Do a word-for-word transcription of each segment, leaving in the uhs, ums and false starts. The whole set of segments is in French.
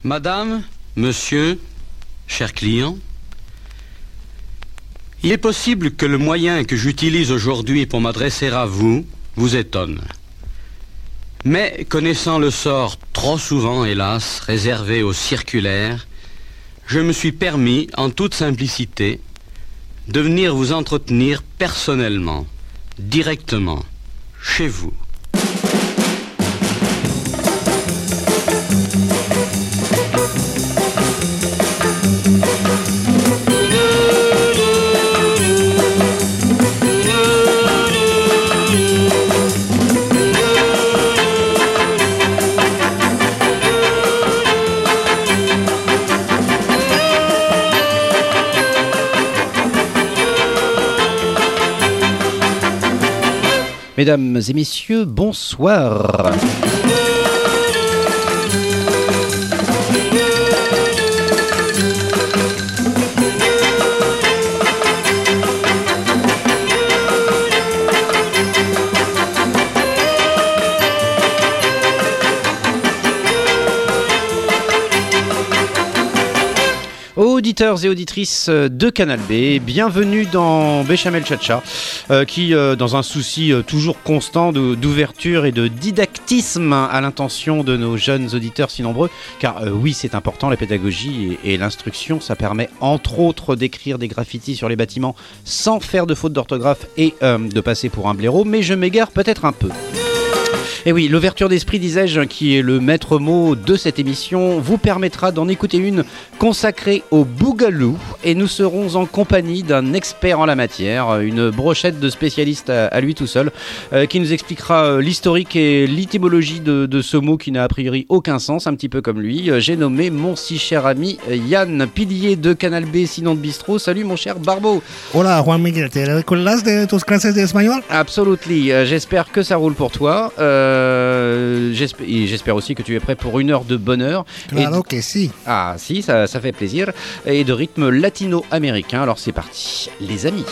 Madame, monsieur, chers clients, il est possible que le moyen que j'utilise aujourd'hui pour m'adresser à vous vous étonne. Mais connaissant le sort trop souvent, hélas, réservé aux circulaires, je me suis permis, en toute simplicité, de venir vous entretenir personnellement, directement, chez vous. Mesdames et messieurs, bonsoir. Auditeurs et auditrices de Canal B, bienvenue dans Béchamel Chacha, euh, qui, euh, dans un souci euh, toujours constant de, d'ouverture et de didactisme à l'intention de nos jeunes auditeurs si nombreux, car euh, oui, c'est important, la pédagogie et, et l'instruction, ça permet entre autres d'écrire des graffitis sur les bâtiments sans faire de faute d'orthographe et euh, de passer pour un blaireau, mais je m'égare peut-être un peu. Et oui, l'ouverture d'esprit, disais-je, qui est le maître mot de cette émission, vous permettra d'en écouter une consacrée au bougalou. Et nous serons en compagnie d'un expert en la matière, une brochette de spécialistes à, à lui tout seul, euh, qui nous expliquera euh, l'historique et l'étymologie de, de ce mot qui n'a a priori aucun sens, un petit peu comme lui. Euh, j'ai nommé mon si cher ami euh, Yann, pilier de Canal B, sinon de Bistrot. Salut mon cher Barbeau. Hola Juan Miguel, ¿te recuerdas de tus clases de español? Absolutely, euh, j'espère que ça roule pour toi. Euh, Euh, j'espère, j'espère aussi que tu es prêt pour une heure de bonheur. Claro de... que si. Ah si, ça, ça fait plaisir. Et de rythme latino-américain. Alors c'est parti, les amis.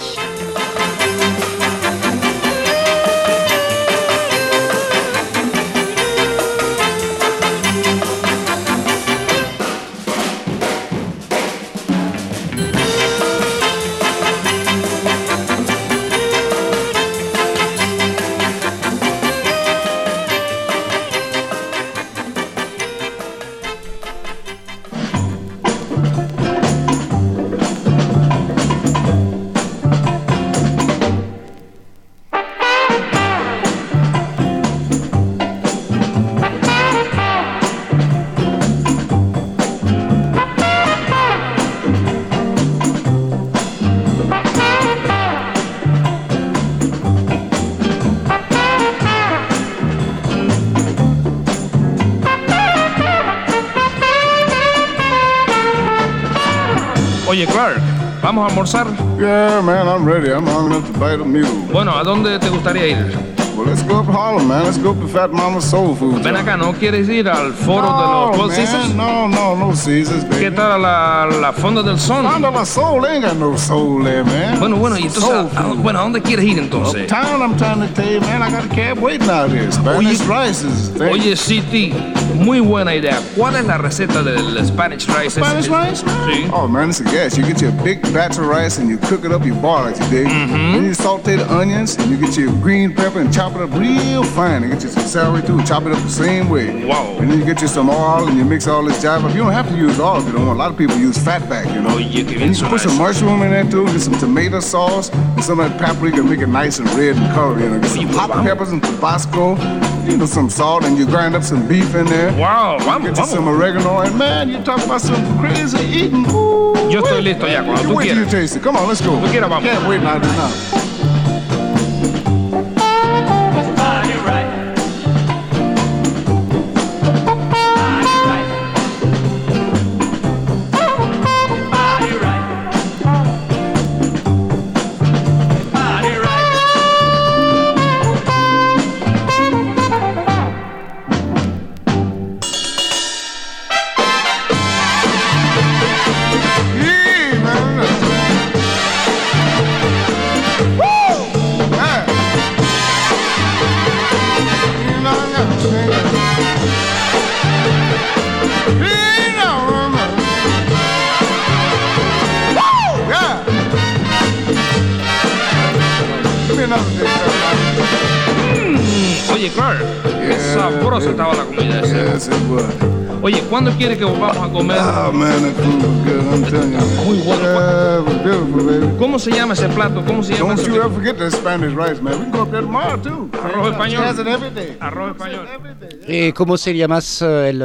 Oye, Clark, ¿vamos a almorzar? Yeah, man, I'm ready. I'm hungry enough to bite a mule. Bueno, ¿a dónde te gustaría ir? Well, let's go up to Harlem, man. Let's go up to Fat Mama's Soul Food. Ven acá, ¿no quieres ir al foro no, de los Twelve man, Caesars? No, no, no Caesars, baby. ¿Qué tal la, la Fonda del Sol? Fonda del Sol, they ain't got no soul there, man. Bueno, bueno, y entonces, a, a, bueno, ¿a dónde quieres ir entonces? Uptown, I'm trying to tell you, man, I got a cab waiting out here. Spanish Oye, rice is there. Oye, C T, muy buena idea. ¿Cuál es la receta del Spanish rice? Spanish rice, man? Sí. Oh, man, it's a gas. You get your big batch of rice and you cook it up, you boil it, you dig? Mm-hmm. Then you saute the onions and you get your green pepper and chop it up real fine. And get you some celery too, chop it up the same way. Wow. And then you get you some oil and you mix all this jive up. You don't have to use oil if you don't want. A lot of people use fatback, you know. Oye, qué bien And you suena put some eso. mushroom in there too, get some tomato sauce and some of that paprika, make it nice and red and color, you know. Get some Oye, hot vamos. peppers and Tabasco, you know, some salt, and you grind up some beef in there. Wow, vamos, Get you vamos. some oregano, and man, you talk about some crazy eating. Ooh, Yo estoy wait. listo ya, cuando You tú wait till you quieras. taste it. Come on, let's go. Tú quieras, vamos. Can't wait now, do now. Woo! Mm, oye, Clark, qué sabrosa estaba la comida esa. Yes, it was. Oye, ¿cuándo quieres que volvamos a comer? Oh, man, that food was good, I'm telling you. Muy bueno. Yeah, it was beautiful, baby. ¿Cómo se llama ese plato? ¿Cómo se llama Don't ese you ever forget that Spanish rice, man. We can go up there tomorrow, too. Arroz español. Has it every day. Arroz español. Et como se llamas el,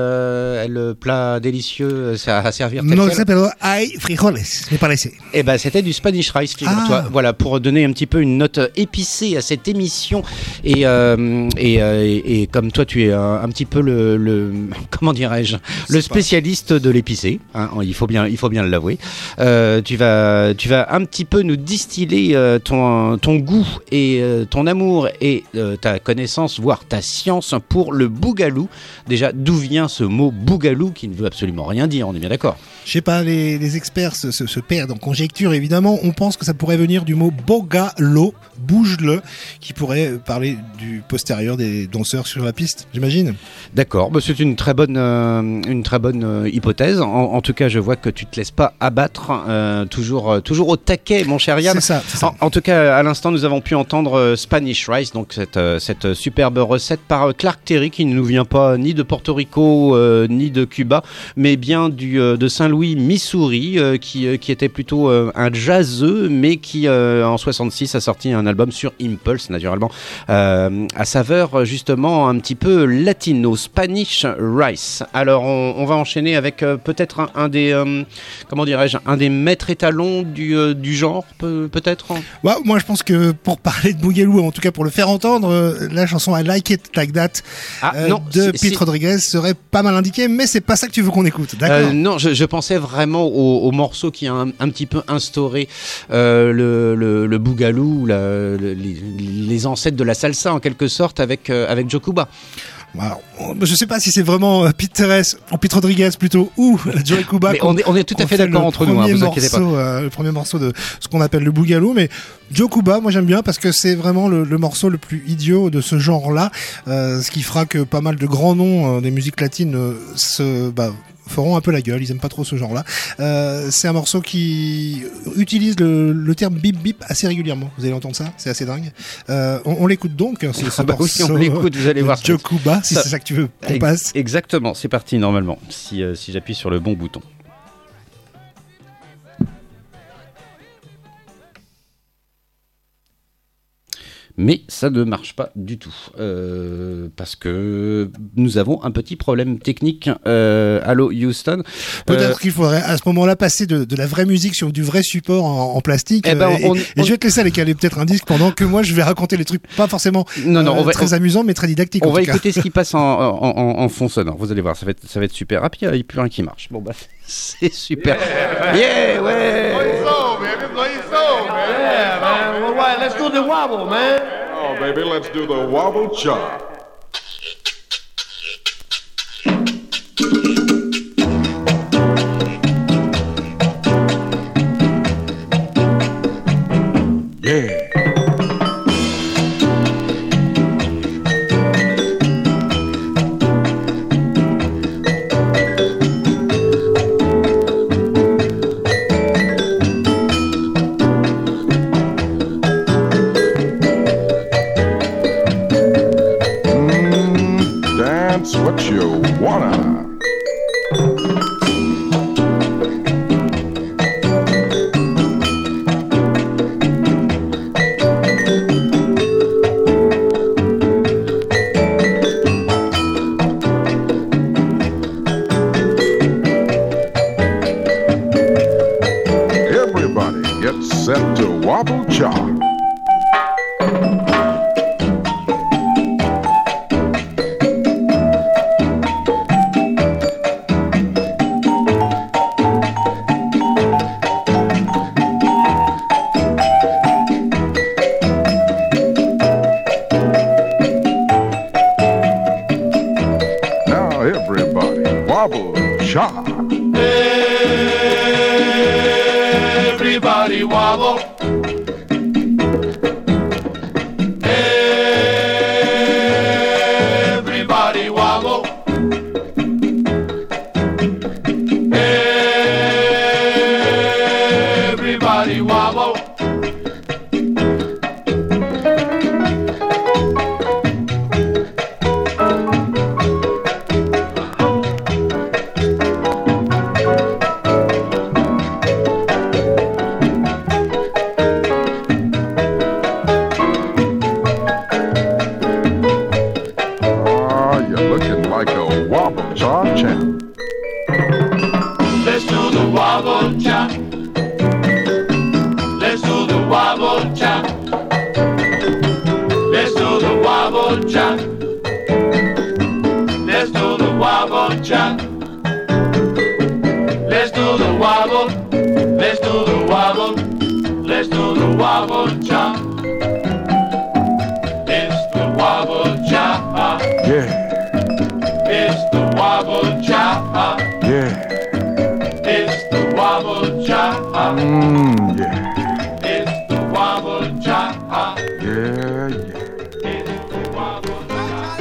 el plat délicieux à servir tel No lo quel? sé, pero hay frijoles, me parece. Eh ben, c'était du Spanish rice, figure-toi. Ah. Voilà, pour donner un petit peu une note épicée à cette émission. Et, euh, et, euh, et, et comme toi, tu es un, un petit peu le, le comment dirais-je, le spécialiste de l'épicé. Hein, il faut bien, il faut bien l'avouer. Euh, tu vas, tu vas un petit peu nous distiller euh, ton, ton goût et euh, ton amour et euh, ta connaissance, voire ta science pour le bougalou. Déjà, d'où vient ce mot bougalou qui ne veut absolument rien dire, on est bien d'accord. Je sais pas, les, les experts se, se, se perdent en conjecture, évidemment. On pense que ça pourrait venir du mot bogalo, bouge-le, qui pourrait parler du postérieur des danseurs sur la piste, j'imagine. D'accord, bah c'est une très bonne, euh, une très bonne euh, hypothèse. En, en tout cas, je vois que tu te laisses pas abattre, euh, toujours, euh, toujours au taquet, mon cher Yann. C'est ça, c'est ça. En, en tout cas, à l'instant, nous avons pu entendre euh, Spanish Rice, donc cette, euh, cette superbe recette par euh, Clark Terry, qui ne nous vient pas ni de Porto Rico euh, ni de Cuba, mais bien du euh, de Saint-Louis, Missouri, euh, qui, euh, qui était plutôt euh, un jazzeux, mais qui euh, en soixante-six a sorti un album sur Impulse, naturellement, euh, à saveur justement un petit peu latino, Spanish Rice. Alors, on, on va enchaîner avec euh, peut-être un, un des, euh, comment dirais-je, un des maîtres étalons du, euh, du genre, peut, peut-être. Ouais, moi, je pense que pour parler de bougalou, en tout cas pour le faire entendre, euh, la chanson I Like It Like That Ah, euh, non, de c'est- Pete c'est- Rodriguez serait pas mal indiquée, mais c'est pas ça que tu veux qu'on écoute, d'accord? Euh, non, je, je pensais vraiment au, au morceau qui a un, un petit peu instauré euh, le, le, le bougalou, la, le- les, les ancêtres de la salsa en quelque sorte avec, euh, avec Joe Cuba. Alors, je sais pas si c'est vraiment euh, Pete Thérèse, ou Pete Rodriguez plutôt, ou Joey Cuba. Mais qu'on- on est, on est tout à qu'on fait fait d'accord le entre nous, hein, premier vous inquiétez pas. morceau, euh, le premier morceau de ce qu'on appelle le bougalou, mais Joe Cuba, moi j'aime bien parce que c'est vraiment le, le morceau le plus idiot de ce genre-là, euh, ce qui fera que pas mal de grands noms euh, des musiques latines euh, se bah, feront un peu la gueule, ils aiment pas trop ce genre-là. Euh, c'est un morceau qui utilise le, le terme bip bip assez régulièrement. Vous allez entendre ça, c'est assez dingue. Euh, on on l'écoute donc, hein, ce, ce Ah bah oui, morceau on l'écoute, vous allez de voir. Joe Cuba, si Ça- c'est ça que tu veux qu'on Ex- passe. Exactement, c'est parti normalement, si, euh, si j'appuie sur le bon bouton. Mais ça ne marche pas du tout, euh, parce que nous avons un petit problème technique. Euh, allô Houston. Peut-être qu'il faudrait à ce moment-là passer de, de la vraie musique sur du vrai support en, en plastique. Eh ben, euh, et, on- et on- je vais te laisser aller caler peut-être un disque pendant que moi je vais raconter les trucs pas forcément Non, non, euh, on va- très on- amusants mais très didactiques. On en va tout cas. écouter ce qui passe en, en, en- en fond sonore. Vous allez voir, ça va être, ça va être super. Ah, puis il n'y a plus rien qui marche. Bon, bah, c'est super. Yeah, ouais. soul, man. This is what he sold, man. Yeah, man. All right, let's do the wobble, man. Oh, baby, let's do the wobble chop. Mm, dance what you wanna. Everybody gets set to wobble chop. Now everybody wobble chop. Everybody wobble. Everybody wobble. Everybody wobble. cha. Mmm, yeah. It's the wobble cha. Yeah, yeah. It's the wobble cha.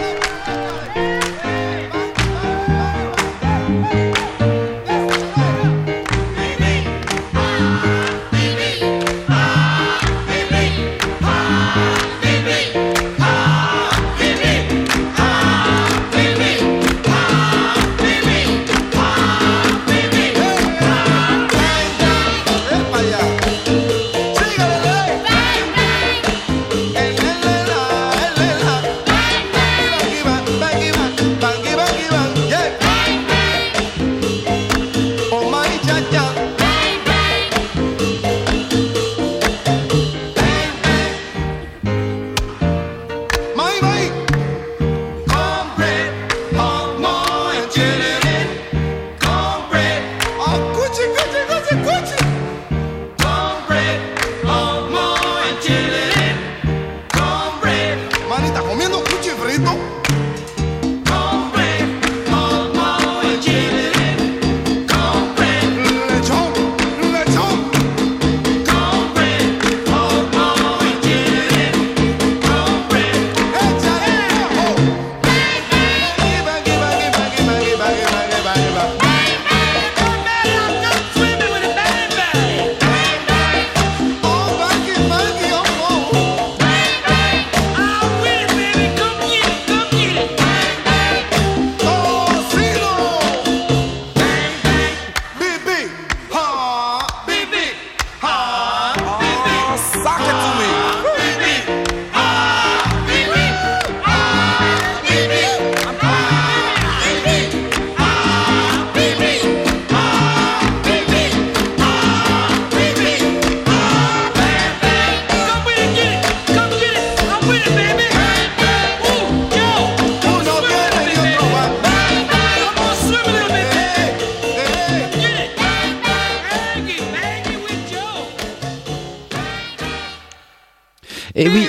Et oui.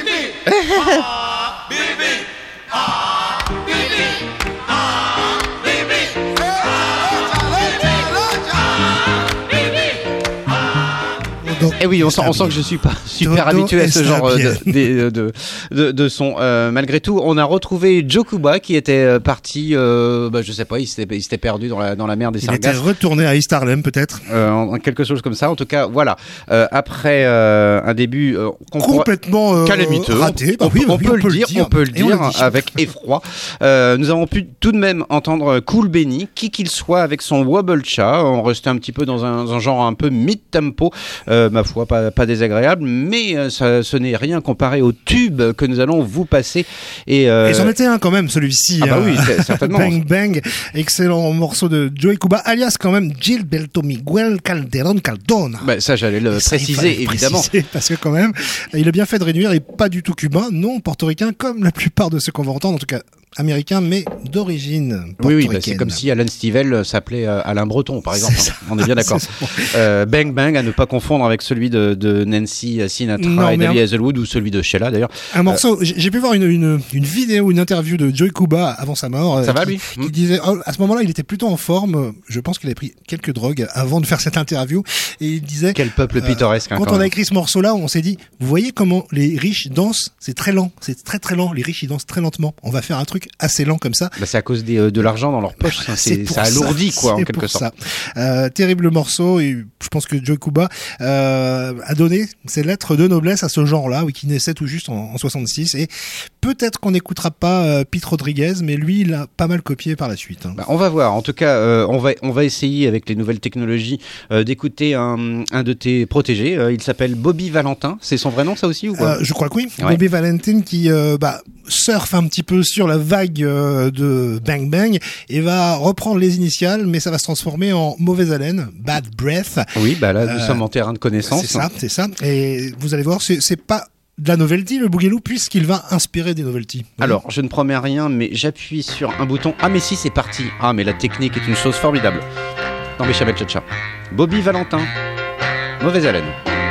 Et oui, on sent, on sent que je suis pas super Dodo habitué à ce genre de, Estabiel. de, de, de, de son. Euh, malgré tout, on a retrouvé Joe Cuba qui était euh, parti, euh, bah, je sais pas, il s'était, il s'était perdu dans la, dans la mer des Il était Sargasses. retourné à East Harlem, peut-être. Euh, en- quelque chose comme ça. En tout cas, voilà. Euh, après euh, un début euh, qu'on pourra- Complètement euh, calamiteux. raté. On, Bah oui, peut- on oui, peut le dire, on peut le Et on dire le dit. avec effroi. Euh, nous avons pu tout de même entendre Cool Benny, qui qu'il soit, avec son Wobble Cha. On restait un petit peu dans un, un genre un peu mid-tempo, euh, ma foi, pas, pas désagréable, mais euh, ça, ce n'est rien comparé au tube que nous allons vous passer. Et, euh, Et c'en était un quand même, celui-ci. Ah bah hein. oui, c'est- certainement. Bang Bang, excellent morceau de Joey Cuba, alias quand même Gilberto Miguel Calderón Cardona. bah, ça, j'allais le Et ça, il préciser, fallait évidemment. préciser, parce que quand même, il a bien fait de réduire, et pas du tout cubain, non portoricain, comme la plupart de ceux qu'on va entendre, en tout cas américain, mais d'origine Oui, portoricaine. oui, bah, c'est comme si Alan Stivell s'appelait euh, Alain Breton, par exemple. C'est ça. On est bien d'accord. C'est ça. Euh, Bang Bang, à ne pas confondre avec celui de, de Nancy Sinatra Non, et mais David un- Hazelwood, ou celui de Sheila d'ailleurs. Un morceau, j'ai j'ai pu voir une, une, une vidéo, une interview de Joey Cuba avant sa mort. Ça euh, va, qui- lui qui Hmm. disait, oh, à ce moment-là, il était plutôt en forme. Je pense qu'il avait pris quelques drogues avant de faire cette interview. Et il disait, Quel peuple Euh, pittoresque. hein, quand quand on a même. écrit ce morceau-là, on s'est dit, vous voyez comment les riches dansent, c'est très lent, c'est très très lent. Les riches ils dansent très lentement. On va faire un truc assez lent comme ça. Bah, c'est à cause des, euh, de l'argent dans leur poche. Voilà, ça, c'est, pour ça alourdit, quoi, en c'est quelque pour sorte. ça. Euh, terrible morceau, et je pense que Joey Cuba euh, a donné ses lettres de noblesse à ce genre-là, oui, qui naissait tout juste en, en soixante-six. Et peut-être qu'on n'écoutera pas euh, Pete Rodriguez, mais lui, il a pas mal copié par la suite. hein. Bah, on va voir. En tout cas, euh, on va on va essayer avec les nouvelles technologies euh, d'écouter un, un de tes protégés. Euh, il s'appelle Bobby Valentin. C'est son vrai nom, ça aussi, ou quoi Euh, je crois que oui. Ouais. Bobby Valentine qui euh, bah, surfe un petit peu sur la vague euh, de Bang Bang et va reprendre les initiales, mais ça va se transformer en mauvaise haleine, Bad Breath. Oui, bah là, nous Euh, sommes en terrain de connaissance. C'est ça, c'est ça. Et vous allez voir, c'est c'est pas de la novelty le Boogaloo, puisqu'il va inspirer des novelty. Alors, je ne promets rien, mais j'appuie sur un bouton. Ah, mais si, c'est parti. Ah, mais la technique est une chose formidable. Dans Béchamel Tcha-Tcha. Bobby Valentin. Mauvaise haleine.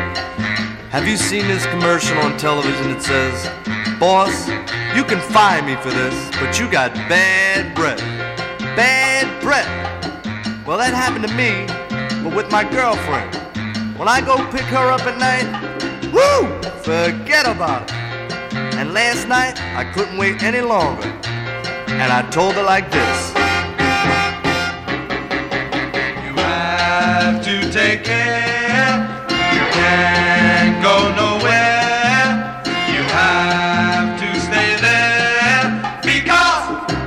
Have you seen this commercial on television that says, "Boss, you can fire me for this, but you got bad breath. Bad breath." Well, that happened to me, but with my girlfriend. When I go pick her up at night, woo, forget about it. And last night, I couldn't wait any longer. And I told her like this. You have to take care. You can't go nowhere. You have to stay there because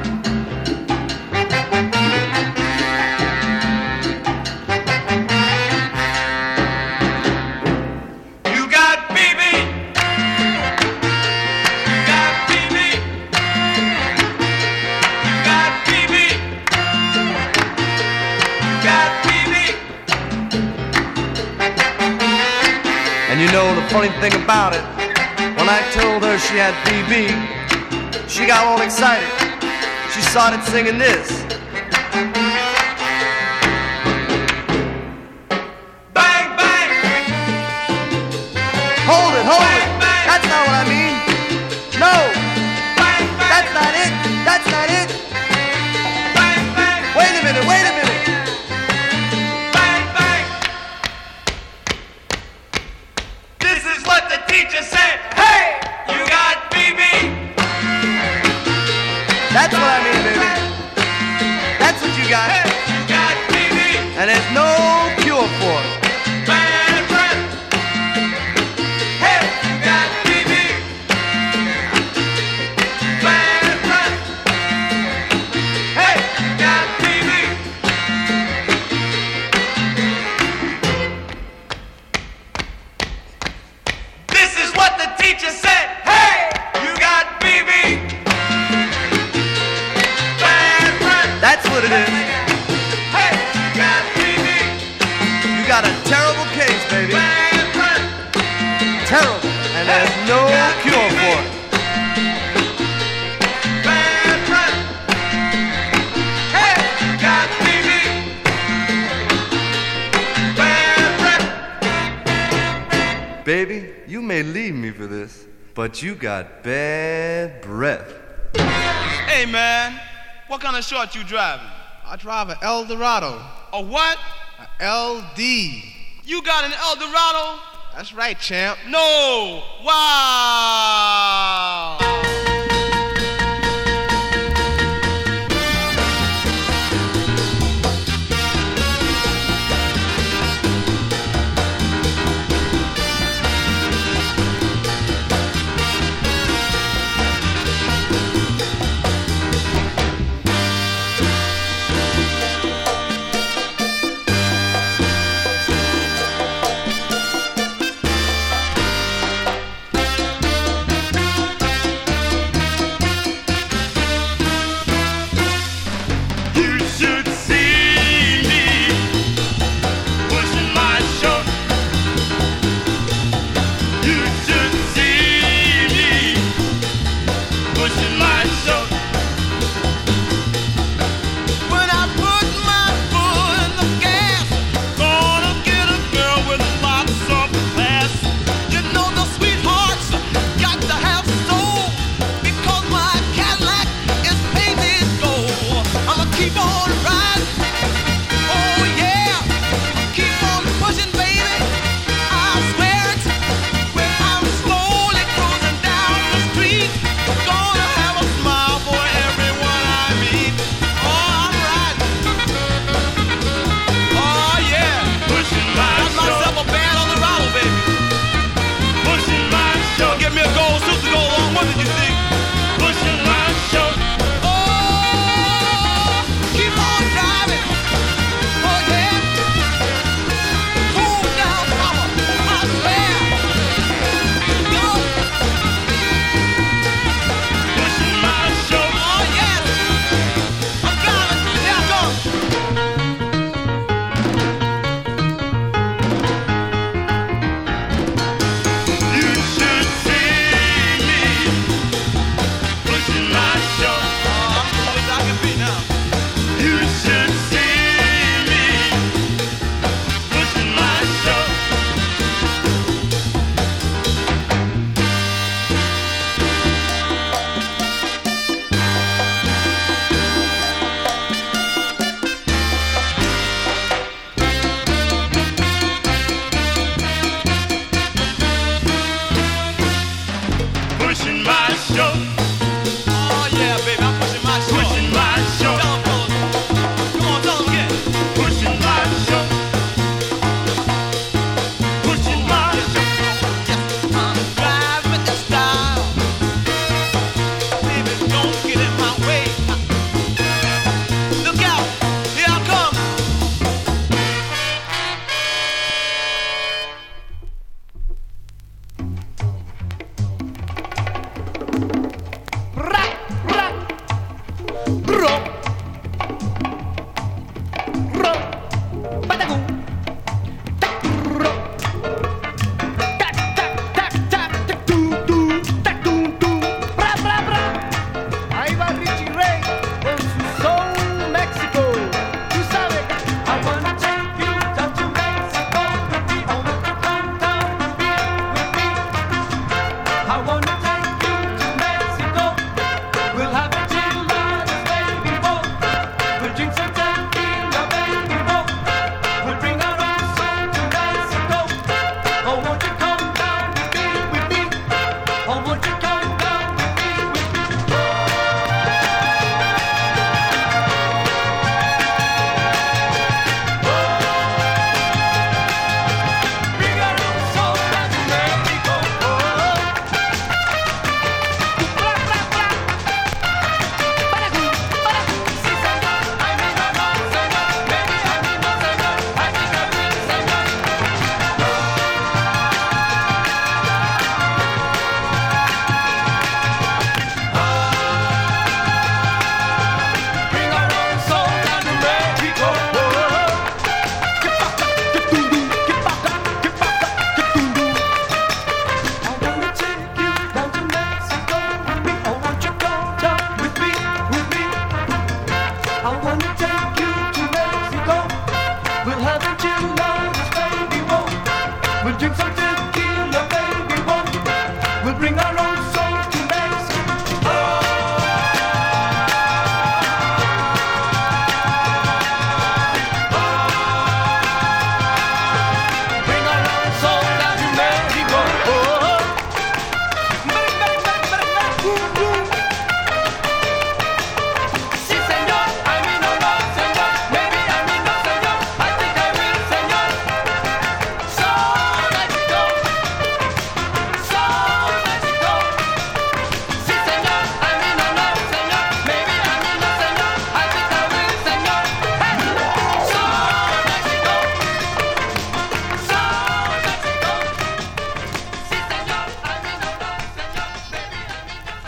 you got B B. You got B B. You got B B. You got B B. And you know the funny thing about it, when I told her she had B B, she got all excited. She started singing this. Bang, bang! Hold it, hold it! That's not what I mean. No! That's not it! That's not it! Wait a minute, wait a minute! This is what the teacher said. Hey, you got B B. That's what I mean, baby. That's what you got. Hey, you got B B. And there's no cure for it. Bad breath. Hey, you got B B. Bad breath. Hey, you got B B. This is what the teacher said. Hey, you got B B. Bad breath. That's what it is. Hey, you got B B. You got a terrible case, baby. Bad breath. Terrible. And there's no cure for it. Bad breath. Hey, you got B B. Bad breath. Baby, you may leave me for this, but you got bad breath. Hey man, what kind of short you driving? I drive an Eldorado. A what? A L D. You got an Eldorado? That's right, champ. No! Wow! Don't you know this baby won't? We'll drink some tequila, baby won't? We'll bring our own soul to Mexico. Bring our own soul down to Mexico. Sí, señor, I mean no, no, señor. Maybe I mean no, señor. I think I will, señor. So Mexico, so Mexico. Sí, señor, I mean no, no, señor. Maybe I mean no, señor. I think I will, señor. Hey, so Mexico, so Mexico. Sí, señor, I mean no, no, señor. Maybe I mean no,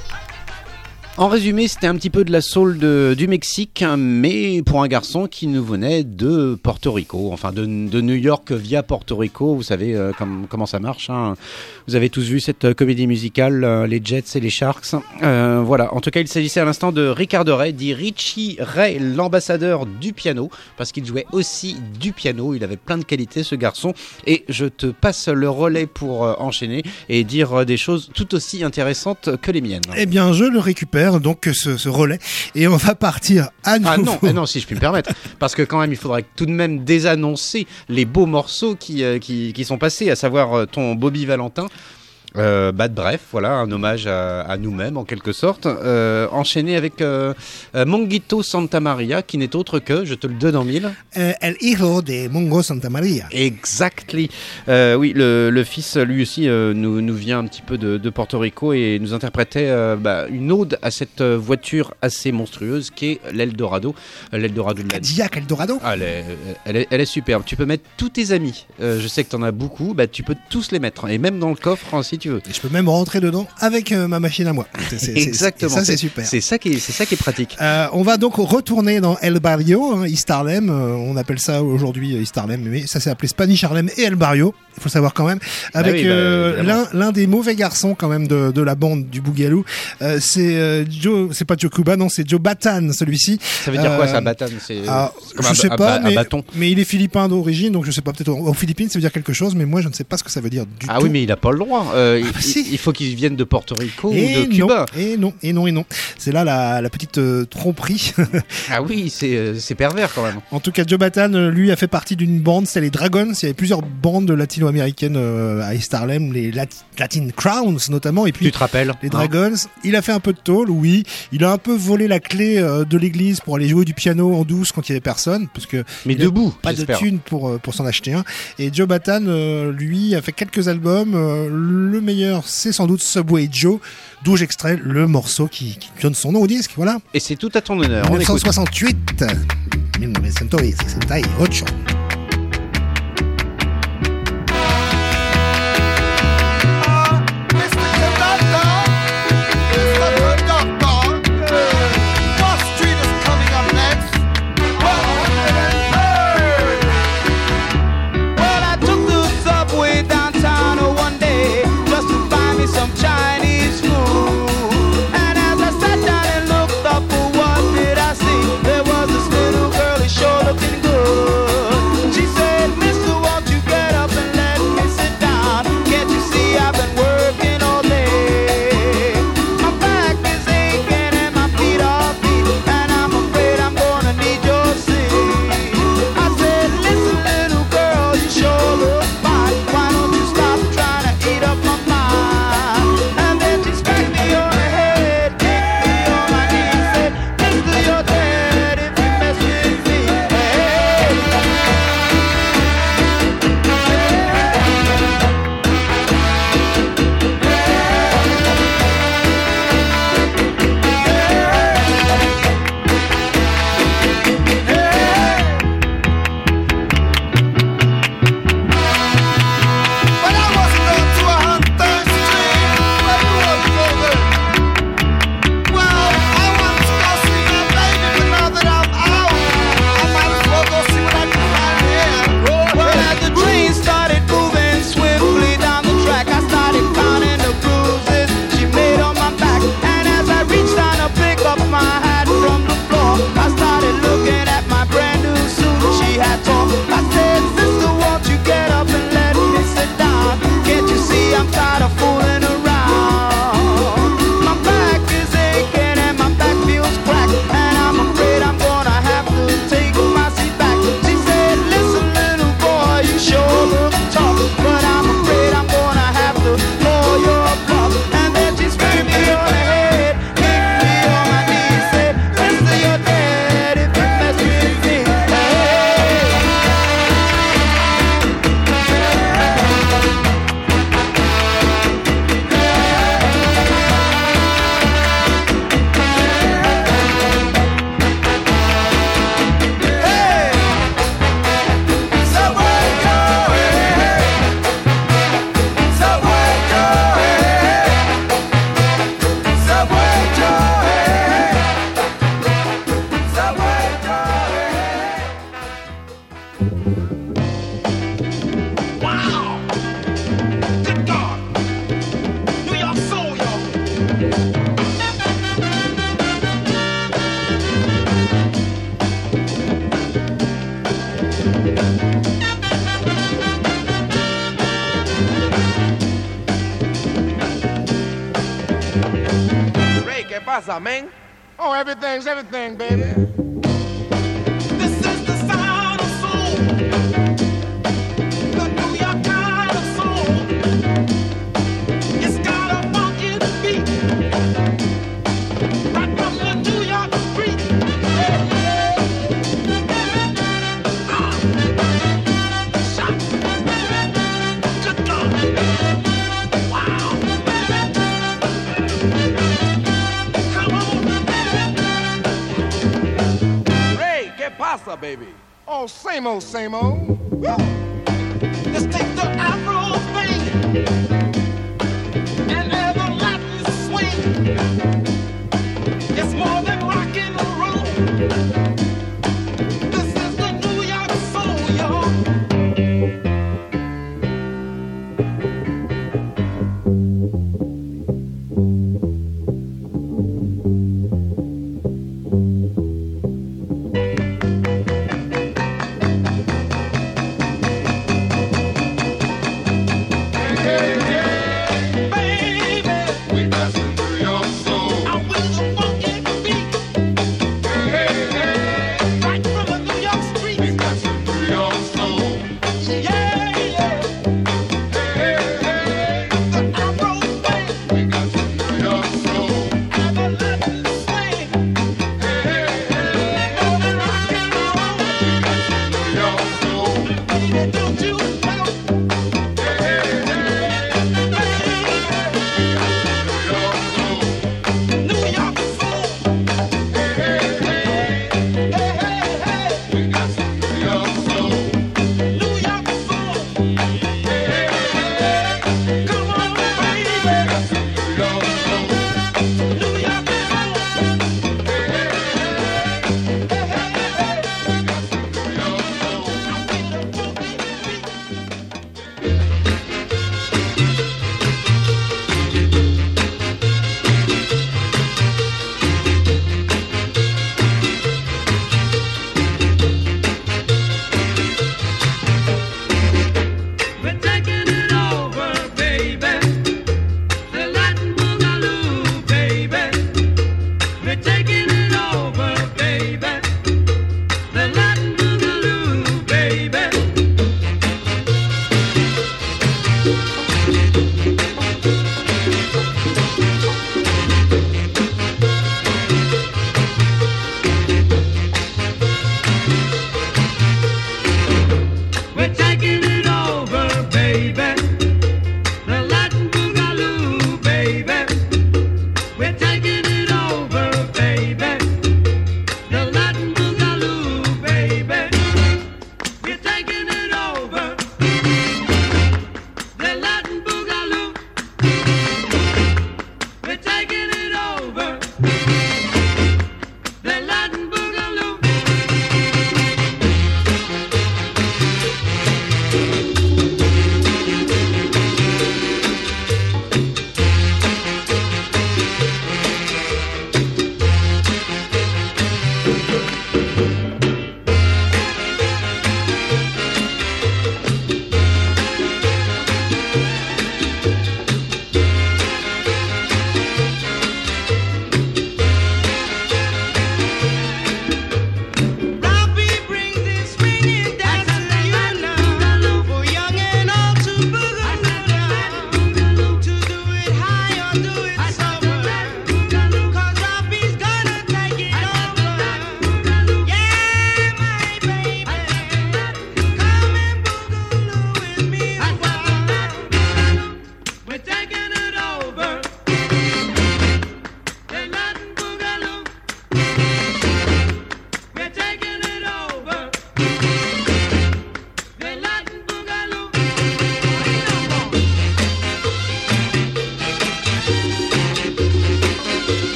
señor. En résumé, c'était un petit peu de la soul de, du Mexique, mais pour un garçon qui nous venait de Porto Rico, enfin de, de New York via Porto Rico. Vous savez euh, comme, comment ça marche, hein. Vous avez tous vu cette euh, comédie musicale, euh, les Jets et les Sharks. Euh, voilà, en tout cas, il s'agissait à l'instant de Ricardo Rey, dit Richie Ray, l'ambassadeur du piano, parce qu'il jouait aussi du piano. Il avait plein de qualités, ce garçon. Et je te passe le relais pour euh, enchaîner et dire euh, des choses tout aussi intéressantes que les miennes. Eh bien, je le récupère, donc ce, ce relais, et on va partir à nouveau. Ah non, eh non, si je puis me permettre, parce que quand même, il faudrait tout de même désannoncer les beaux morceaux qui, euh, qui, qui sont passés, à savoir euh, ton Bobby Valentin. Euh, bah, bref, voilà, un hommage à, à nous-mêmes en quelque sorte. Euh, enchaîné avec euh, euh, Monguito Santa Maria, qui n'est autre que, je te le donne en mille. Euh, El hijo de Mongo Santa Maria. Exactly. Euh, oui, le, le fils, lui aussi, euh, nous, nous vient un petit peu de, de Porto Rico et nous interprétait euh, bah, une ode à cette voiture assez monstrueuse qui est l'Eldorado. L'Eldorado de la Cadillac Eldorado. Ah, elle, est, elle, est, elle est superbe. Tu peux mettre tous tes amis. Euh, je sais que tu en as beaucoup. Bah, tu peux tous les mettre. Et même dans le coffre, hein, si tu veux. Et je peux même rentrer dedans avec euh, ma machine à moi. C'est, c'est, Exactement. C'est, ça, c'est super. C'est ça qui est, c'est ça qui est pratique. Euh, on va donc retourner dans El Barrio, hein, East Harlem. Euh, on appelle ça aujourd'hui East Harlem, mais ça s'est appelé Spanish Harlem et El Barrio. Il faut savoir quand même. Avec bah oui, bah, euh, l'un, l'un des mauvais garçons quand même de, de la bande du Boogaloo. Euh, c'est euh, Joe, c'est pas Joe Cuba, non, c'est Joe Batan, celui-ci. Ça veut dire euh, quoi ça, Batan? C'est, ah, c'est comme je un, sais un, pas, un, mais, un bâton. mais il est philippin d'origine, donc je sais pas, peut-être aux Philippines ça veut dire quelque chose, mais moi je ne sais pas ce que ça veut dire du ah tout. oui, mais il a pas le droit. Euh, Ah, bah, il, si. il faut qu'il vienne de Porto Rico et ou de Cuba. Non, et non, et non, et non. C'est là la, la petite euh, tromperie. Ah oui, c'est, euh, c'est pervers quand même. En tout cas, Joe Batan, euh, lui, a fait partie d'une bande, c'est les Dragons. Il y avait plusieurs bandes latino-américaines euh, à East Harlem, les Lat- Latin Crowns notamment, et puis Tu te rappelles les hein Dragons. Il a fait un peu de tôle, oui. Il a un peu volé la clé euh, de l'église pour aller jouer du piano en douce quand il y avait personne, parce que Mais il a debout, pas j'espère. de thunes pour euh, pour s'en acheter un. Et Joe Batan, euh, lui, a fait quelques albums. Euh, le meilleur, c'est sans doute Subway Joe, d'où j'extrais le morceau qui, qui donne son nom au disque. Voilà. Et c'est tout à ton honneur. On mille neuf cent écoute. soixante-huit. mille neuf cent soixante-huit. Some Chinese food, and as I sat down and looked up, what did I see? There was this little girl, who sure looking good. Wow! Good God! New York soul, y'all! Ray, ¿qué pasa, man? Oh, everything's everything, baby. This is the sound of soul. The New York kind of soul. It's got a funky beat. Right from the New York street. Ah. Shot. Good God. Wow. Come on. Ray, ¿qué pasa, baby? Oh, same old, same old. Woo. Let's take the Afro thing and have a Latin swing. It's more than rock and roll. This is the New York soul, y'all. Yeah, yeah.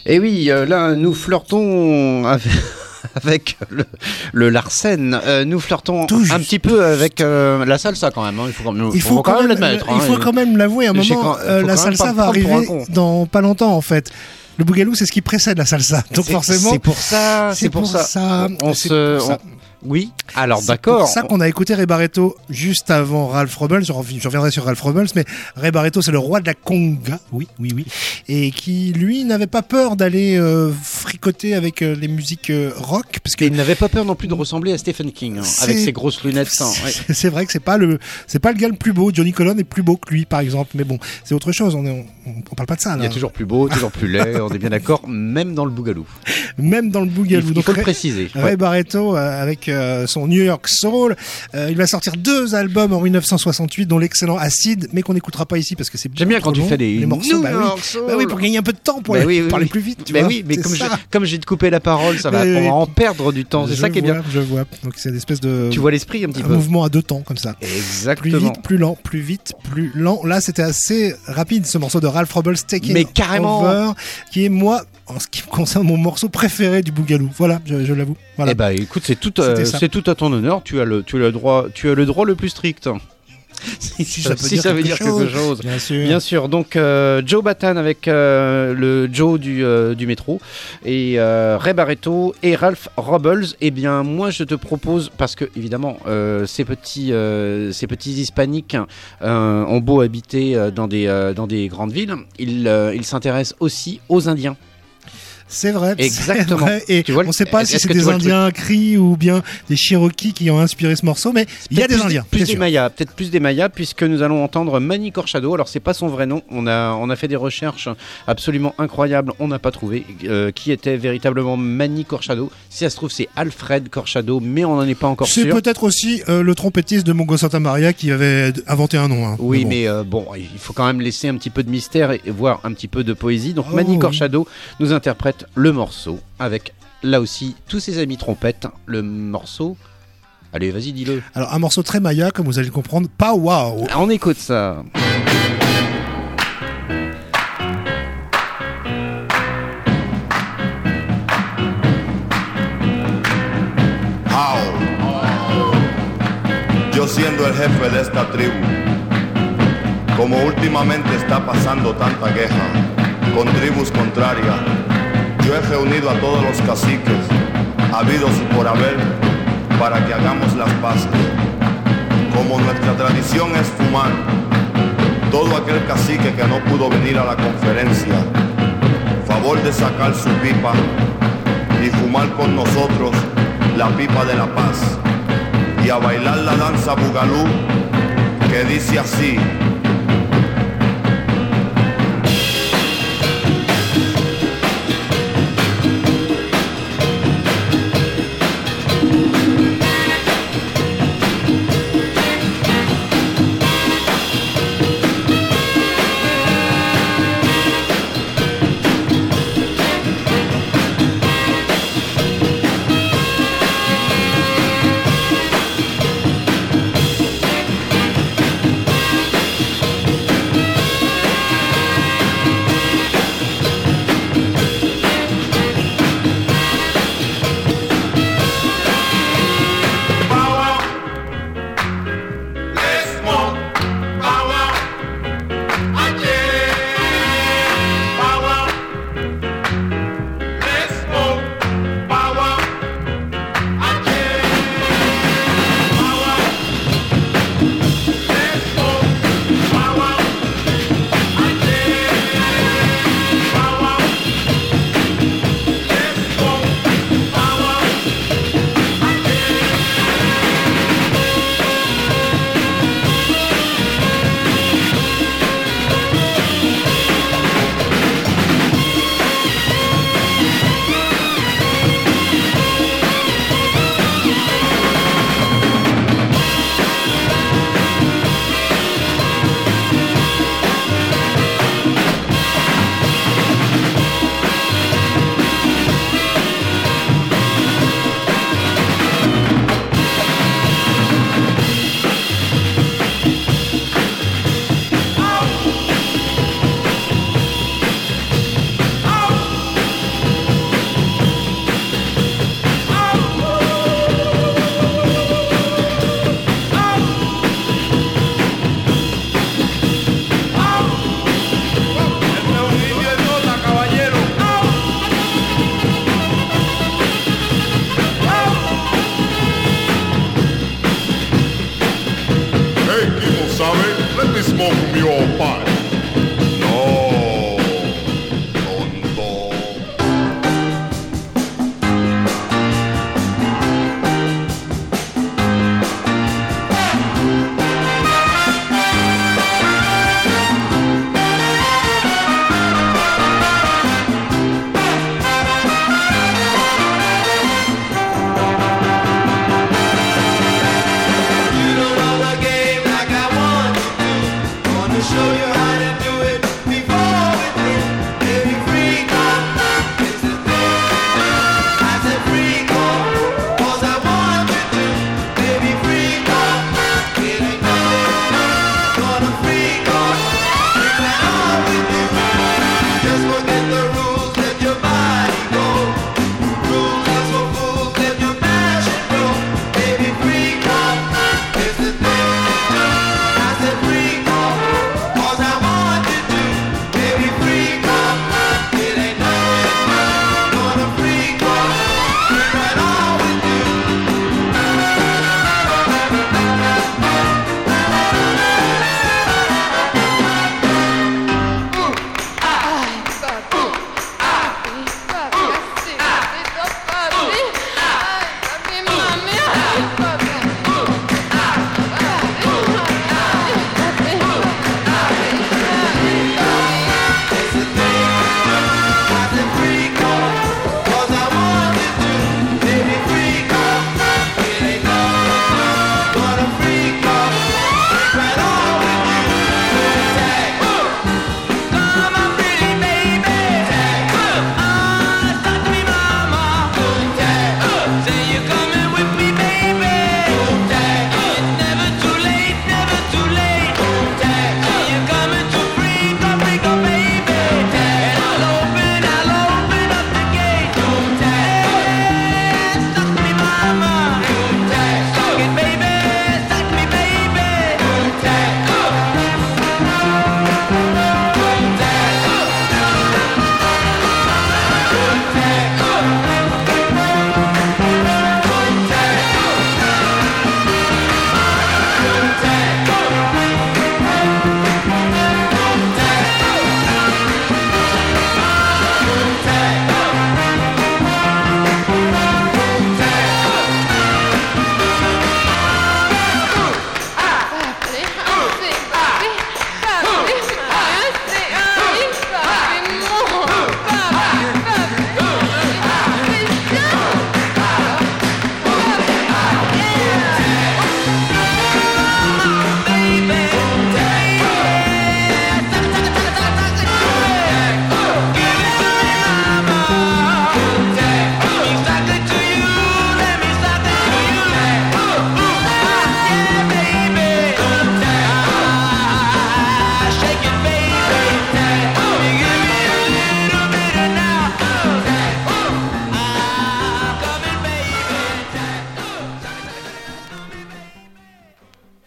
Et oui, euh, là, nous flirtons avec, avec le, le Larsen. Euh, nous flirtons Tout un juste. petit peu avec euh, la salsa quand même. Hein. Il faut, quand même- Il faut, quand même, l'admettre. il hein. faut quand même l'avouer, à un J'ai moment, quand- euh, faut la quand même salsa pas va prendre pour un arriver con. dans pas longtemps en fait. Le boogaloo, c'est ce qui précède la salsa. Donc C'est- forcément, c'est pour ça. C'est pour, ça. On c'est se. pour ça. on- Oui. Alors C'est d'accord. pour ça qu'on a écouté Ray Barretto juste avant Ralph Robles. Je rev- je reviendrai sur Ralph Robles, mais Ray Barretto, c'est le roi de la conga, oui, oui, oui, et qui lui n'avait pas peur d'aller euh, fricoter avec euh, les musiques euh, rock, parce que Et il n'avait pas peur non plus de ressembler à Stephen King, hein, C'est- avec ses grosses lunettes. hein, ouais. c'est c'est vrai que c'est pas le c'est pas le gars le plus beau. Johnny Colon est plus beau que lui, par exemple, mais bon, c'est autre chose. On, est, on, on parle pas de ça Il là. y a toujours plus beau, toujours plus laid, on est bien d'accord, même dans le bougalou. Même dans le Il, boogaloo. il Donc, faut le Ray- préciser. Ray Ouais. Barretto euh, avec euh, son New York Soul, euh, il va sortir deux albums en dix-neuf cent soixante-huit, dont l'excellent Acid, mais qu'on n'écoutera pas ici parce que c'est J'aime bien trop quand tu long, fais des les morceaux. New Bah oui. York Soul. Bah oui, pour gagner un peu de temps, pour Bah aller- oui, oui, parler oui. plus vite. Tu Mais vois, oui, mais c'est comme je, ça. comme j'ai te coupé la parole, ça va, Mais on oui. va en perdre du temps. C'est Je ça qui est vois, bien. Je vois. Donc c'est une espèce de Tu vois l'esprit un petit un peu. mouvement à deux temps comme ça. Plus Exactement. vite, plus lent, plus vite, plus lent. Là, c'était assez rapide ce morceau de Ralph Robles, Taking Mais carrément. Over, qui est moi, en ce qui me concerne, mon morceau préféré du boogaloo. Voilà, je, je l'avoue. Voilà. Eh ben, écoute, c'est tout, euh, C'était ça. c'est tout à ton honneur. Tu as le, tu as le droit, tu as le droit le plus strict. si si ça veut dire quelque chose. Bien sûr. Bien sûr, donc euh, Joe Bataan avec euh, le Joe du, euh, du métro et euh, Ray Barretto et Ralph Robles. Eh bien, moi je te propose, parce que évidemment, euh, ces, petits, euh, ces petits hispaniques euh, ont beau habiter euh, dans, des, euh, dans des grandes villes, ils euh, ils s'intéressent aussi aux Indiens. C'est vrai. c'est Exactement. vrai. Et Tu vois, on ne sait pas si est-ce c'est que tu des vois le truc Indiens Cris ou bien des Cherokees qui ont inspiré ce morceau, mais il y a Peut-être des plus Indiens. Plus c'est des sûr. Mayas, peut-être plus des Mayas, puisque nous allons entendre Manny Corchado. Alors, c'est pas son vrai nom. On a, on a fait des recherches absolument incroyables. On n'a pas trouvé euh, qui était véritablement Manny Corchado. Si ça se trouve, c'est Alfred Corchado, mais on n'en est pas encore C'est sûr. peut-être aussi euh, le trompettiste de Mongo Santa Maria qui avait inventé un nom. hein. Oui, bon. mais euh, bon, il faut quand même laisser un petit peu de mystère et, et voir un petit peu de poésie. Donc, Oh, Manny oui. Corchado nous interprète le morceau avec, là aussi, tous ses amis trompettes. Le morceau. Allez, vas-y, dis-le. Alors, un morceau très maya, comme vous allez le comprendre. Pas waouh. On écoute ça. Ao. Yo siendo el jefe de esta tribu, como últimamente está pasando tanta queja con tribus contrarias, yo he reunido a todos los caciques, habidos y por haber, para que hagamos las paces. Como nuestra tradición es fumar, todo aquel cacique que no pudo venir a la conferencia, favor de sacar su pipa y fumar con nosotros la pipa de la paz y a bailar la danza bugalú que dice así.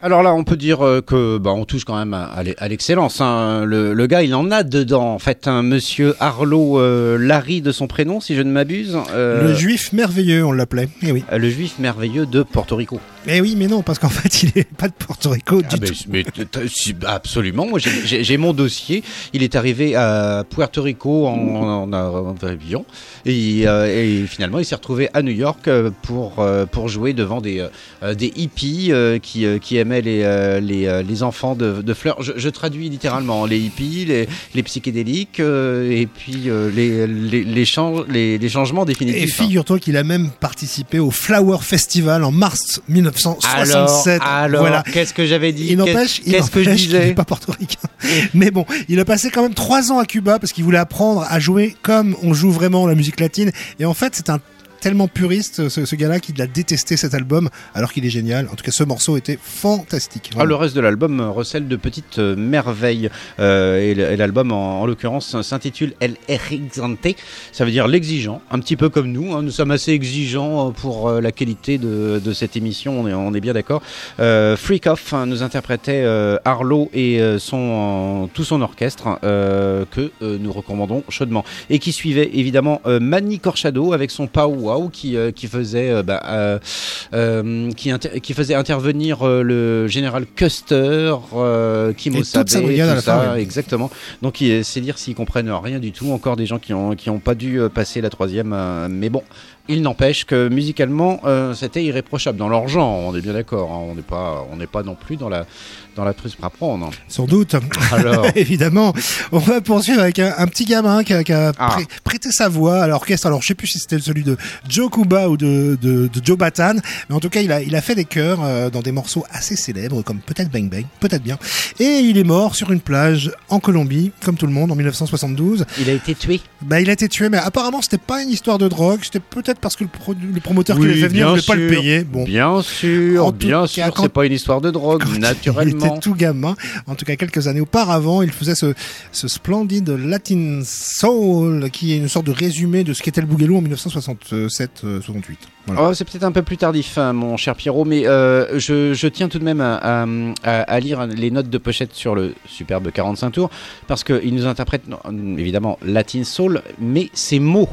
Alors là, on peut dire euh, que bah, on touche quand même à, à l'e- à l'excellence. Hein. Le, le gars, il en a dedans. En fait, un monsieur Arlo euh, Larry de son prénom, si je ne m'abuse. Euh, Le juif merveilleux, on l'appelait. Eh oui. Le juif merveilleux de Porto Rico. Eh oui, mais non, parce qu'en fait, il est pas de Porto Rico du Ah ben, tout. mais, t- t- si, absolument. Moi, j'ai- j'ai j'ai mon dossier. Il est arrivé à Puerto Rico en, en, en- en avion et, euh, et finalement, il s'est retrouvé à New York euh, pour euh, pour jouer devant des euh, des hippies euh, qui euh, qui aimaient les euh, les, euh, les enfants de, de fleurs. Je, je traduis littéralement les hippies, les, les psychédéliques euh, et puis euh, les les les, change- les les changements définitifs. Et figure-toi qu'il a même participé au Flower Festival en mars mille neuf cent soixante-sept. Alors, alors voilà. qu'est-ce que j'avais dit? Il n'empêche, il Qu'est-ce que je n'empêche qu'il disais? n'est pas portoricain. Mais bon, il a passé quand même trois ans à Cuba parce qu'il voulait apprendre à jouer comme on joue vraiment la musique latine. Et en fait, c'est un tellement puriste, ce, ce gars-là, qu'il a détesté cet album, alors qu'il est génial. En tout cas, ce morceau était fantastique. Ah, le reste de l'album euh, recèle de petites euh, merveilles. Euh, et, l- et l'album, en, en l'occurrence, s'intitule El Exigente. Ça veut dire l'exigeant, un petit peu comme nous. Hein. Nous sommes assez exigeants euh, pour euh, la qualité de, de cette émission, on est, on est bien d'accord. Euh, Freak Off hein, nous interprétait euh, Arlo et euh, son, tout son orchestre, euh, que euh, nous recommandons chaudement. Et qui suivait évidemment euh, Manny Corchado avec son Pow Wow qui, euh, qui faisait euh, bah, euh, euh, qui, inter- qui faisait intervenir euh, le général Custer, euh, Kimo Et toute sa Sabe, brigade tout à la ça, fin, ouais. exactement. Donc il- c'est dire s'ils comprennent rien du tout. Encore des gens qui ont qui ont pas dû euh, passer la troisième, euh, mais bon. Il n'empêche que musicalement, euh, c'était irréprochable dans leur genre. On est bien d'accord. Hein, on n'est pas, on n'est pas non plus dans la dans la truce à prendre. Sans doute. Alors. Évidemment. On va poursuivre avec un, un petit gamin qui a, qui a Ah. pré- prêté sa voix à l'orchestre. Alors, je sais plus si c'était celui de Joe Cuba ou de, de, de Joe Batan, mais en tout cas, il a, il a fait des chœurs euh, dans des morceaux assez célèbres, comme peut-être Bang Bang, peut-être bien. Et il est mort sur une plage en Colombie, comme tout le monde, en mille neuf cent soixante-douze. Il a été tué. Bah, il a été tué, mais apparemment, c'était pas une histoire de drogue. C'était peut-être parce que le, pro- le promoteur qui Oui, l'a fait venir bien voulait pas le sûr. payer. Bon. Bien sûr, En tout bien cas, sûr, quand- c'est pas une histoire de drogue, Quand naturellement. Il était tout gamin. En tout cas, quelques années auparavant, il faisait ce, ce splendide Latin Soul, qui est une sorte de résumé de ce qu'était le Boogaloo en mille neuf cent soixante-sept soixante-huit. Voilà. Oh, c'est peut-être un peu plus tardif, hein, mon cher Pierrot, mais euh, je, je tiens tout de même à, à, à- à lire les notes de pochette sur le superbe quarante-cinq tours, parce qu'il nous interprète non, évidemment Latin Soul, mais ces mots,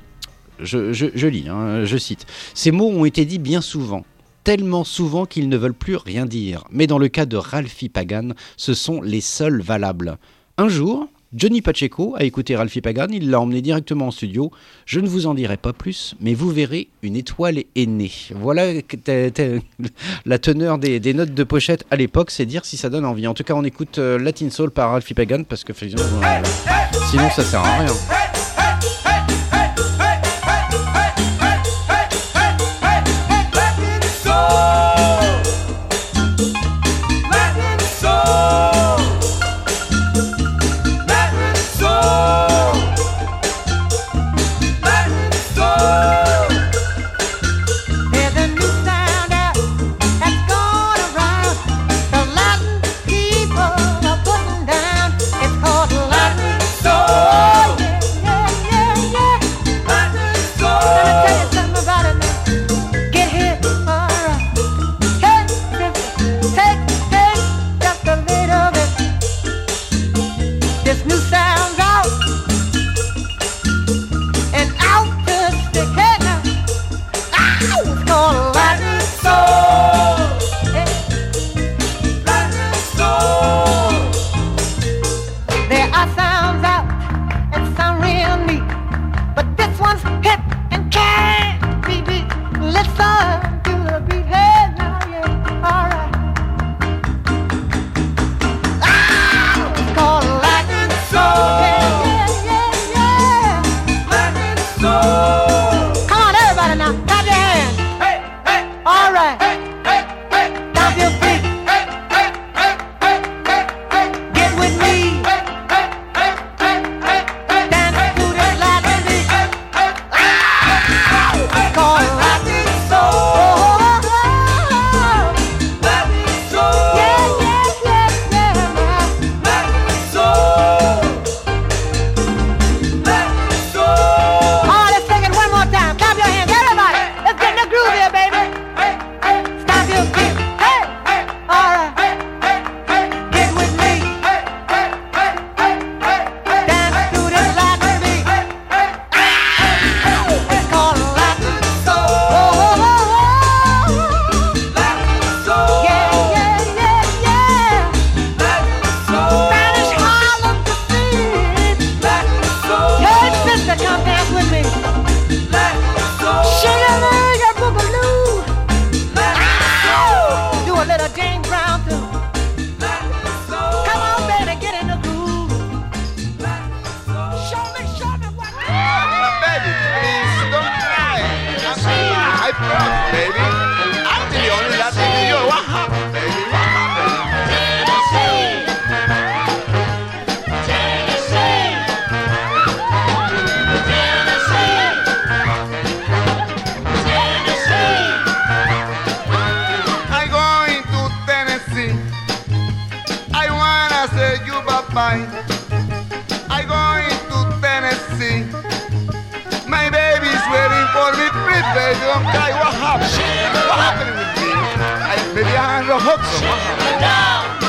je, je, je lis, hein, je cite, ces mots ont été dits bien souvent. Tellement souvent qu'ils ne veulent plus rien dire. Mais dans le cas de Ralphie Pagan, ce sont les seuls valables. Un jour, Johnny Pacheco a écouté Ralphie Pagan, il l'a emmené directement en studio. Je ne vous en dirai pas plus, mais vous verrez, une étoile est née. Voilà que t'as- t'as- la teneur des, des notes de pochette à l'époque, c'est dire si ça donne envie. En tout cas, on écoute euh, Latin Soul par Ralphie Pagan, parce que sinon, euh, sinon ça sert à rien. People are putting down. It's called Latin soul. baby. I'm the only Latin in New York. What happened, baby? What happened? I'm going to Tennessee. I wanna say you bye-bye. I'm going to Tennessee. My baby's waiting for me. Please, baby, don't cry. What happened? What happened with me? I, maybe I had a hook. So what happened?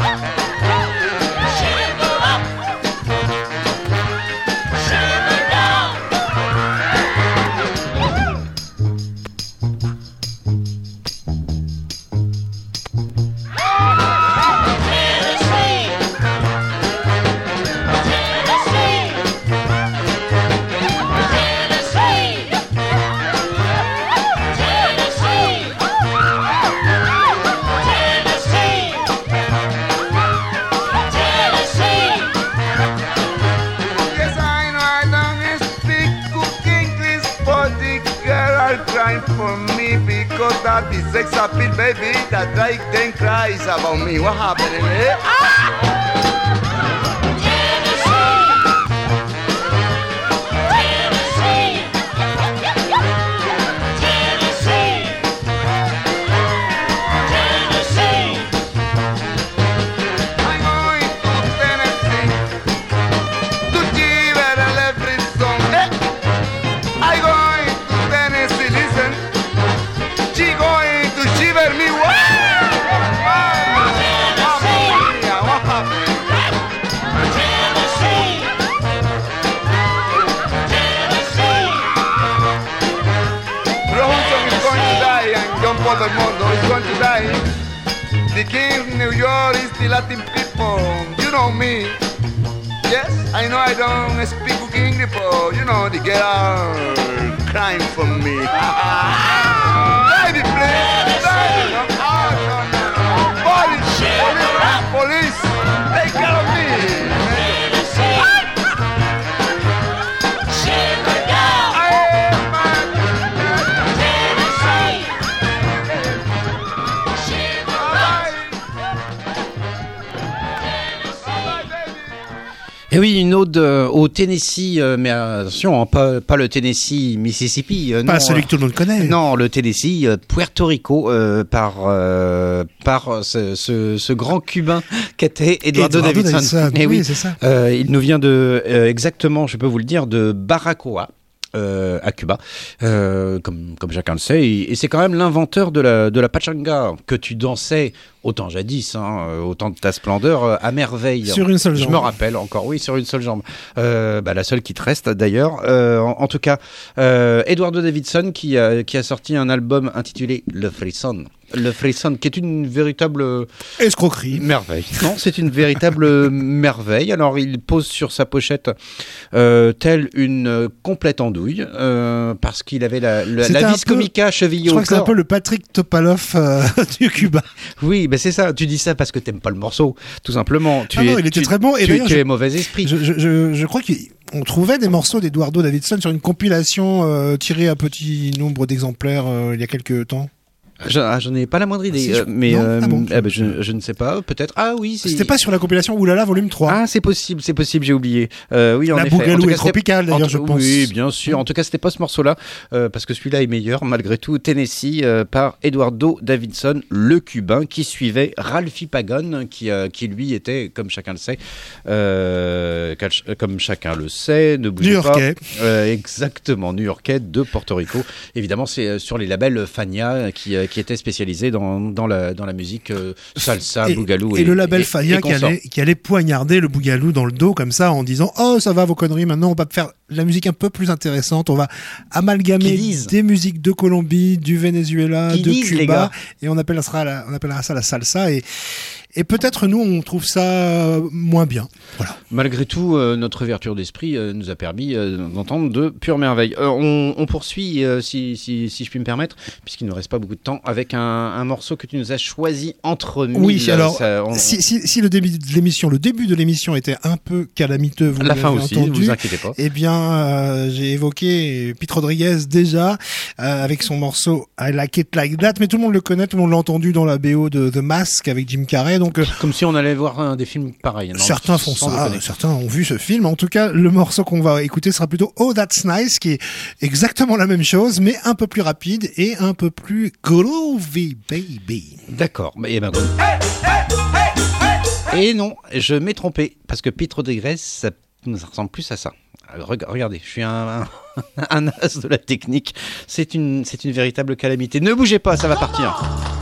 Yes, I know I don't speak good English, but the girl are crying for me because that is sex appeal, baby. That I then cries about me. What happened, eh? I'm going to Tennessee to give her a every song. Eh? I'm going to Tennessee, listen. She going to shiver me. What? Mamma mia, what happened? Bronson is going to die and John Paul Belmondo is going to die. The king of New York is the Latin people. You know me. Yes, I know I don't speak good English, but you know the girl are crying for me. Baby, please, baby. No, oh, no, no, no. Police, police, police, take care of me. Et oui, une ode euh, au Tennessee, euh, mais attention, hein, pas, pas le Tennessee Mississippi. Euh, Pas non, celui que tout le monde connaît. Non, le Tennessee euh, Puerto Rico euh, par euh, par ce, ce, ce grand Cubain qu'était Eduardo, Eduardo Davidson. Davidson, Eh oui, oui, c'est ça. Euh, il nous vient de euh, exactement, je peux vous le dire, de Baracoa. Euh, à Cuba, euh, comme comme chacun le sait, et, et c'est quand même l'inventeur de la de la pachanga que tu dansais autant jadis, hein, euh, autant de ta splendeur euh, à merveille. Sur une seule Je jambe. me rappelle encore, oui, sur une seule jambe. Euh, bah, la seule qui te reste d'ailleurs. Euh, en, en tout cas, euh, Eduardo Davidson qui a qui a sorti un album intitulé Le Frisson. Le Frisson, qui est une véritable escroquerie. Merveille. Non, c'est une véritable merveille. Alors, il pose sur sa pochette euh, telle une euh, complète andouille, euh, parce qu'il avait la, la, C'était la un vis peu- comica chevillée Je au crois que c'est un corps. peu le Patrick Topalov euh, du Cuba. Oui, ben c'est ça. Tu dis ça parce que t'aimes pas le morceau, tout simplement. Tu Ah es, non, il était tu- très bon. Et tu, d'ailleurs, tu je- es mauvais esprit. Je, je, je, je crois qu'on trouvait des morceaux d'Eduardo Davidson sur une compilation euh, tirée à petit nombre d'exemplaires euh, il y a quelques temps. Je- ah, J'en ai pas la moindre idée, Si, je- euh, mais non euh, Ah bon. eh ben, je, je ne sais pas. Peut-être. Ah oui, c'est- C'était pas sur la compilation Oulala volume trois. Ah, c'est possible, c'est possible, j'ai oublié. Euh, oui, en La effet. En Bougalou tout est cas, c'était- tropicale, d'ailleurs, en- je pense. Oui, bien sûr. En tout cas, c'était pas ce morceau-là, euh, parce que celui-là est meilleur, malgré tout. Tennessee, euh, par Eduardo Davidson, le Cubain, qui suivait Ralphie Pagon, qui, euh, qui lui était, comme chacun le sait, euh, cal- comme chacun le sait, ne bougez New-Yorkais. pas. Euh, exactement, New-Yorkais de Porto Rico. Évidemment, c'est euh, sur les labels Fania, qui, euh, qui était spécialisé dans, dans, la, dans la musique euh, salsa, Et, bougalou. et le label et- Faya et qui, consorts. allait, qui allait poignarder le Bougalou dans le dos comme ça en disant oh ça va vos conneries, maintenant on va faire de la musique un peu plus intéressante, on va amalgamer Qu'ils disent. des musiques de Colombie, du Venezuela, Qu'ils de disent, les Cuba gars. et on appellera, la, on appellera ça la salsa et Et peut-être nous, on trouve ça moins bien. Voilà. Malgré tout, euh, notre ouverture d'esprit euh, nous a permis euh, d'entendre de pure merveille. Euh, on, on poursuit, euh, si, si, si je puis me permettre, puisqu'il ne nous reste pas beaucoup de temps, avec un, un morceau que tu nous as choisi entre mille. Oui, alors, ça, on, si, si, si le début de l'émission, le début de l'émission était un peu calamiteux, vous la l'avez fin aussi, entendu, ne vous inquiétez pas. Eh bien, euh, j'ai évoqué Pete Rodriguez déjà, euh, avec son morceau I Like It Like That, mais tout le monde le connaît, tout le monde l'a entendu dans la B O de The Mask avec Jim Carrey, donc... Euh, Comme si on allait voir un des films pareils. Non, certains font ça, certains ont vu ce film. En tout cas, le morceau qu'on va écouter sera plutôt Oh That's Nice, qui est exactement la même chose, mais un peu plus rapide et un peu plus groovy, baby. D'accord. Et ben, et non, je m'ai trompé, parce que Pete Rodriguez, ça, ça ressemble plus à ça. Alors, regardez, je suis un, un, un as de la technique. C'est une, c'est une véritable calamité. Ne bougez pas, ça va partir.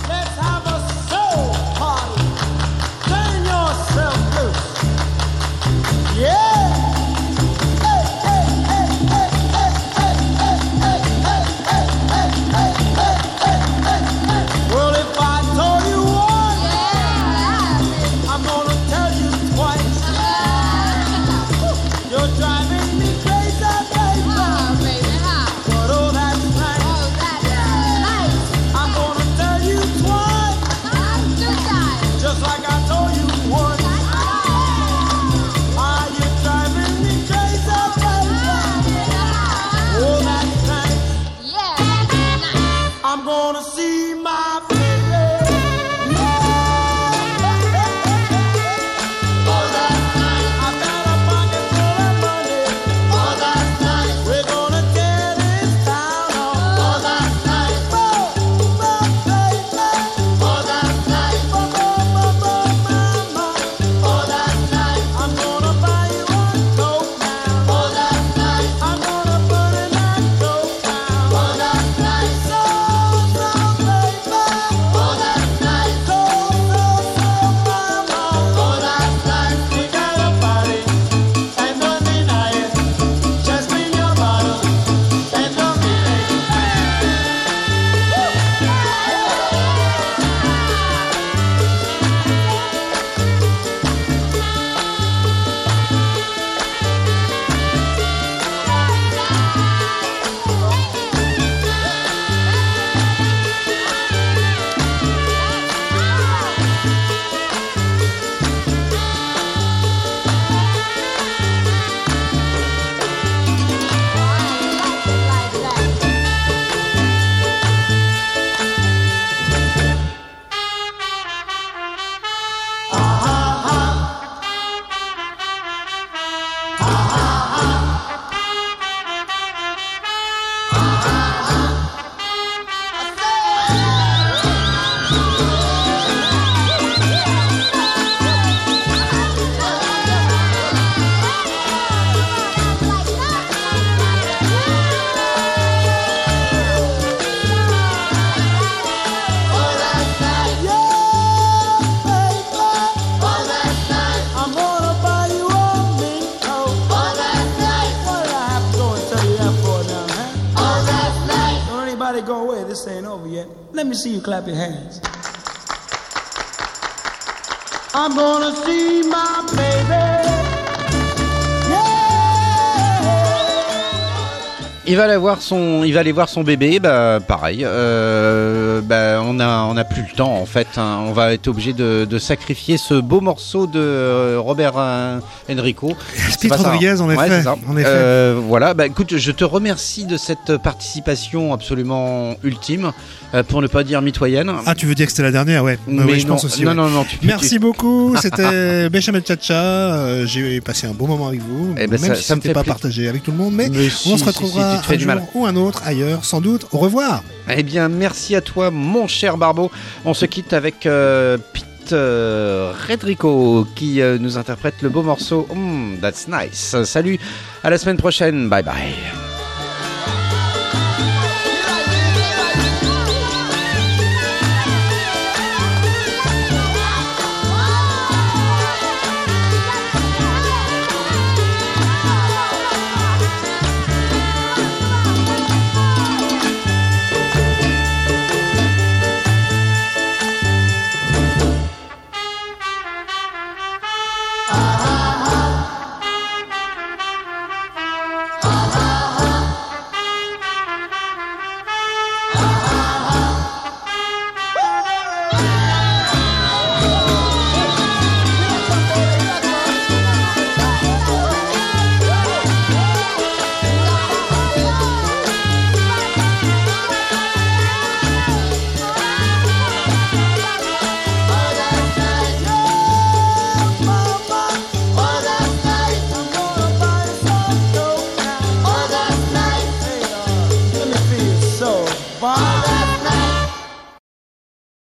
Let me see you clap your hands. I'm gonna see my baby. Il va aller voir son, il va aller voir son bébé, bah pareil. Euh, bah on a, on a plus le temps en fait. Hein. On va être obligé de, de sacrifier ce beau morceau de Robert euh, Enrico. Pete Rodriguez, en ouais, effet. En effet. Euh, voilà. Bah écoute, je te remercie de cette participation absolument ultime, euh, pour ne pas dire mitoyenne. Ah, tu veux dire que c'était la dernière, ouais. Mais oui, je non, pense aussi. non, ouais. non, non, tu, Merci tu... beaucoup. C'était Béchamel Chacha. Euh, j'ai passé un bon moment avec vous, eh ben même ça, si ça c'était me fait pas pla... partagé avec tout le monde. Mais, mais on si, se retrouvera si, si, tu te fais un du jour mal. ou un autre ailleurs, sans doute. Au revoir. Eh bien, merci à toi, mon cher Barbeau. On se quitte avec euh, Pete euh, Redrico qui euh, nous interprète le beau morceau mm, That's Nice. Salut, à la semaine prochaine. Bye bye.